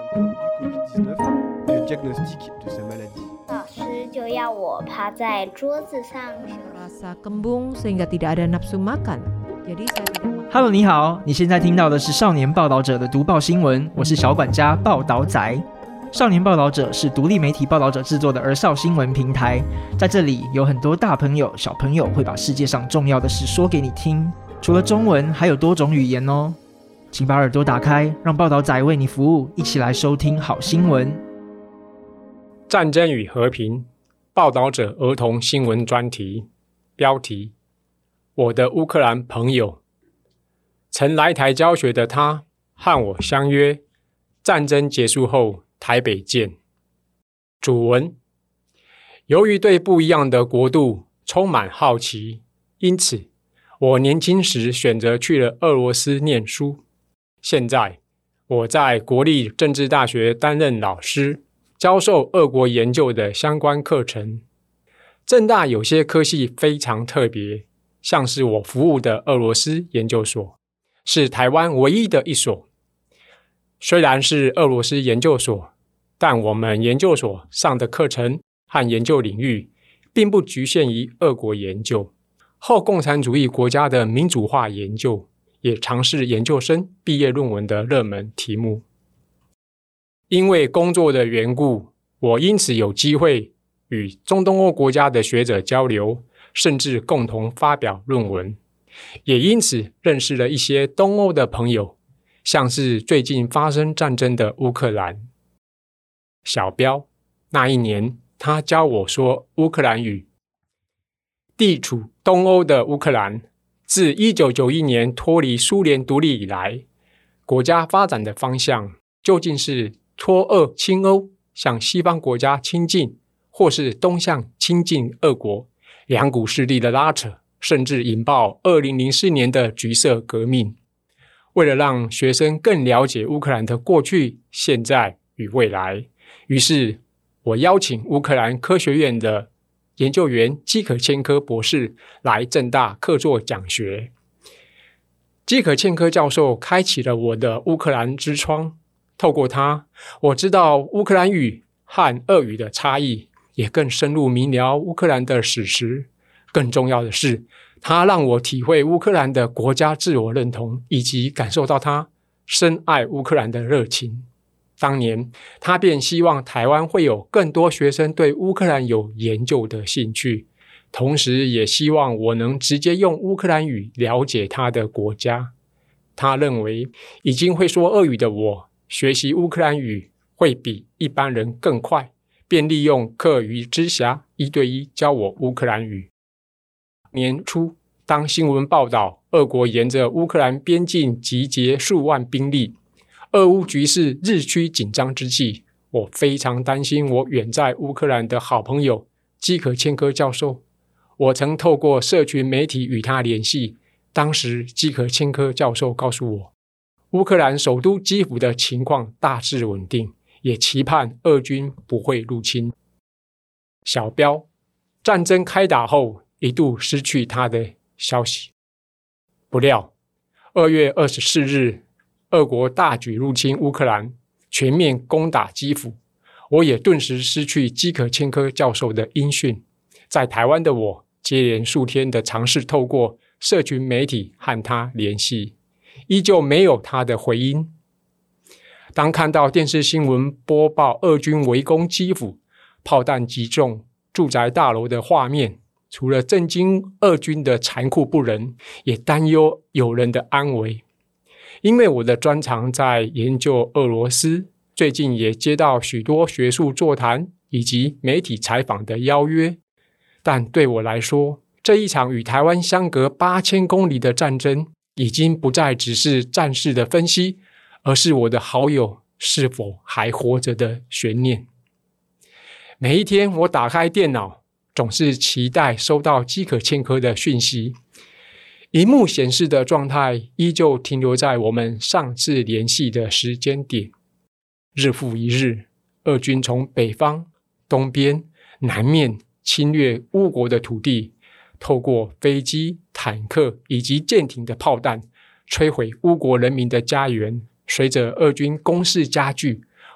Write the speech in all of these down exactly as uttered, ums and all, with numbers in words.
du covid dix-neuf, le diagnostic de sa maladie. 老师就要我趴在桌子上 Rasa kembung sehingga tidak ada nafsu makan. Jadi saya tidak Hello， 你好，你现在听到的是少年报道者的读报新闻，我是小管家报道仔。少年报道者是独立媒体报道者制作的儿少新闻平台，在这里有很多大朋友、小朋友会把世界上重要的事说给你听，除了中文，还有多种语言哦。请把耳朵打开，让报道仔为你服务，一起来收听好新闻。 战争与和平，报道者儿童新闻专题，标题：我的乌克兰朋友。曾来台教学的他和我相约，战争结束后台北见。主文：由于对不一样的国度充满好奇，因此我年轻时选择去了俄罗斯念书。现在我在国立政治大学担任老师，教授俄国研究的相关课程。政大有些科系非常特别，像是我服务的俄罗斯研究所，是台湾唯一的一所。虽然是俄罗斯研究所，但我们研究所上的课程和研究领域并不局限于俄国研究，后共产主义国家的民主化研究也尝试研究生毕业论文的热门题目。因为工作的缘故，我因此有机会与中东欧国家的学者交流，甚至共同发表论文，也因此认识了一些东欧的朋友，像是最近发生战争的乌克兰。小标，那一年他教我说乌克兰语。地处东欧的乌克兰，自一九九一年脱离苏联独立以来，国家发展的方向究竟是脱俄亲欧，向西方国家亲近，或是东向亲近俄国，两股势力的拉扯，甚至引爆二零零四年的橘色革命。为了让学生更了解乌克兰的过去、现在与未来，于是我邀请乌克兰科学院的研究员基可千科博士来政大客座讲学。基可千科教授开启了我的乌克兰之窗，透过他，我知道乌克兰语和俄语的差异，也更深入明了乌克兰的史实。更重要的是，他让我体会乌克兰的国家自我认同，以及感受到他深爱乌克兰的热情。当年他便希望台湾会有更多学生对乌克兰有研究的兴趣，同时也希望我能直接用乌克兰语了解他的国家。他认为已经会说俄语的我学习乌克兰语会比一般人更快，便利用课余之暇一对一教我乌克兰语。年初，当新闻报道俄国沿着乌克兰边境集结数万兵力，俄乌局势日趋紧张之际，我非常担心我远在乌克兰的好朋友基可千科教授。我曾透过社群媒体与他联系，当时基可千科教授告诉我，乌克兰首都基辅的情况大致稳定，也期盼俄军不会入侵。小标，战争开打后一度失去他的消息。不料二月二十四日俄国大举入侵乌克兰，全面攻打基辅，我也顿时失去基可千科教授的音讯。在台湾的我接连数天的尝试透过社群媒体和他联系，依旧没有他的回音。当看到电视新闻播报俄军围攻基辅，炮弹击中住宅大楼的画面，除了震惊俄军的残酷不仁，也担忧友人的安危。因为我的专长在研究俄罗斯，最近也接到许多学术座谈以及媒体采访的邀约，但对我来说，这一场与台湾相隔八千公里的战争，已经不再只是战事的分析，而是我的好友是否还活着的悬念。每一天我打开电脑，总是期待收到基可千科的讯息，萤幕显示的状态依旧停留在我们上次联系的时间点。日复一日，俄军从北方、东边、南面侵略乌国的土地，透过飞机、坦克以及舰艇的炮弹，摧毁乌国人民的家园。随着俄军攻势加剧，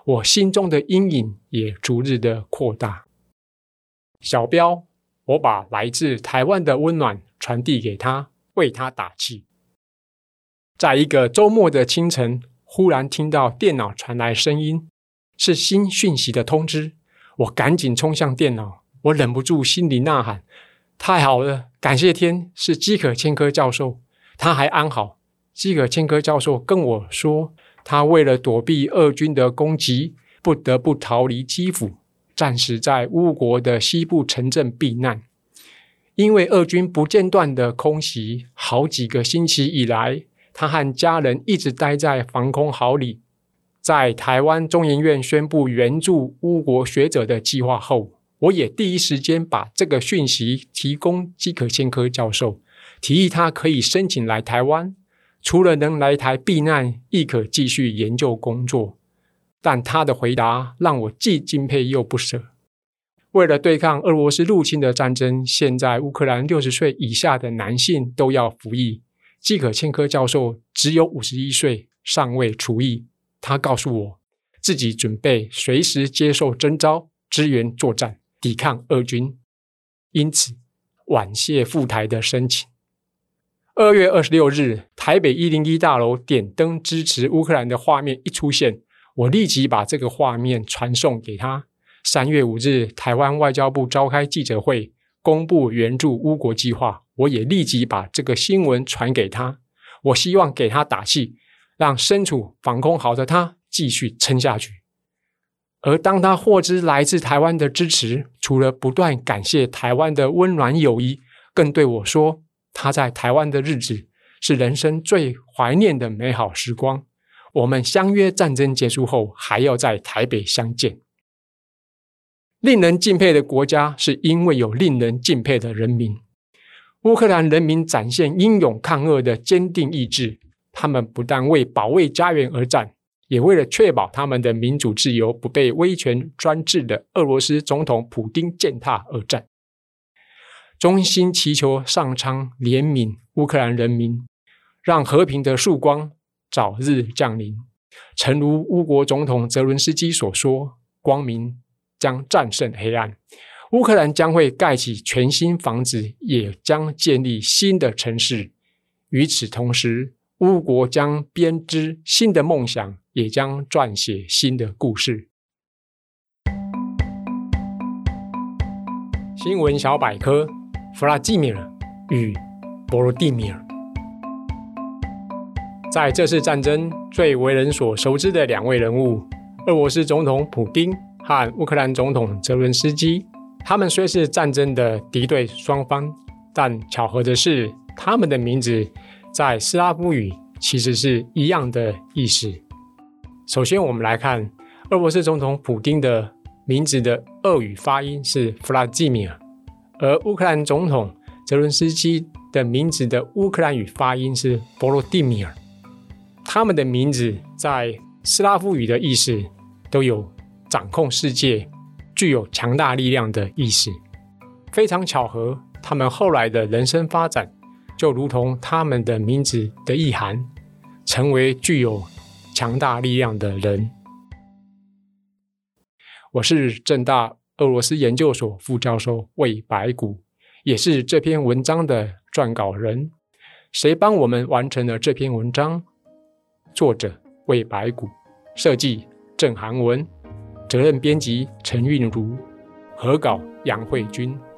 我心中的阴影也逐日的扩大。小标，我把来自台湾的温暖传递给他，为他打气。在一个周末的清晨，忽然听到电脑传来声音，是新讯息的通知。我赶紧冲向电脑，我忍不住心里呐喊，太好了，感谢天，是基可千科教授，他还安好。基可千科教授跟我说，他为了躲避俄军的攻击，不得不逃离基辅，暂时在乌国的西部城镇避难。因为俄军不间断的空袭，好几个星期以来，他和家人一直待在防空壕里。在台湾中研院宣布援助乌国学者的计划后，我也第一时间把这个讯息提供基可千科教授，提议他可以申请来台湾，除了能来台避难，亦可继续研究工作。但他的回答让我既敬佩又不舍。为了对抗俄罗斯入侵的战争，现在乌克兰六十岁以下的男性都要服役。基可千科教授只有五十一岁，尚未除役。他告诉我，自己准备随时接受征召，支援作战，抵抗俄军。因此，婉谢赴台的申请。二月二十六日，台北一零一大楼点灯支持乌克兰的画面一出现，我立即把这个画面传送给他。三月五日，台湾外交部召开记者会，公布援助乌国计划，我也立即把这个新闻传给他。我希望给他打气，让身处防空壕的他继续撑下去。而当他获知来自台湾的支持，除了不断感谢台湾的温暖友谊，更对我说，他在台湾的日子是人生最怀念的美好时光。我们相约战争结束后还要在台北相见。令人敬佩的国家，是因为有令人敬佩的人民。乌克兰人民展现英勇抗俄的坚定意志，他们不但为保卫家园而战，也为了确保他们的民主自由不被威权专制的俄罗斯总统普丁践踏而战。衷心祈求上苍怜悯乌克兰人民，让和平的曙光早日降临。诚如乌国总统泽伦斯基所说，光明将战胜黑暗，乌克兰将会盖起全新房子，也将建立新的城市。与此同时，乌国将编织新的梦想，也将撰写新的故事。新闻小百科：弗拉基米尔与波罗蒂米尔。在这次战争最为人所熟知的两位人物，俄罗斯总统普丁和乌克兰总统泽伦斯基，他们虽是战争的敌对双方，但巧合的是，他们的名字在斯拉夫语其实是一样的意思。首先我们来看俄罗斯总统普丁的名字的俄语发音是弗拉基米尔，而乌克兰总统泽伦斯基的名字的乌克兰语发音是波罗蒂米尔。他们的名字在斯拉夫语的意思都有掌控世界、具有强大力量的意思。非常巧合，他们后来的人生发展就如同他们的名字的意涵，成为具有强大力量的人。我是政大俄罗斯研究所副教授魏白骨，也是这篇文章的撰稿人。谁帮我们完成了这篇文章？作者魏白骨，设计郑涵文，责任编辑陈韵如，合稿杨慧君。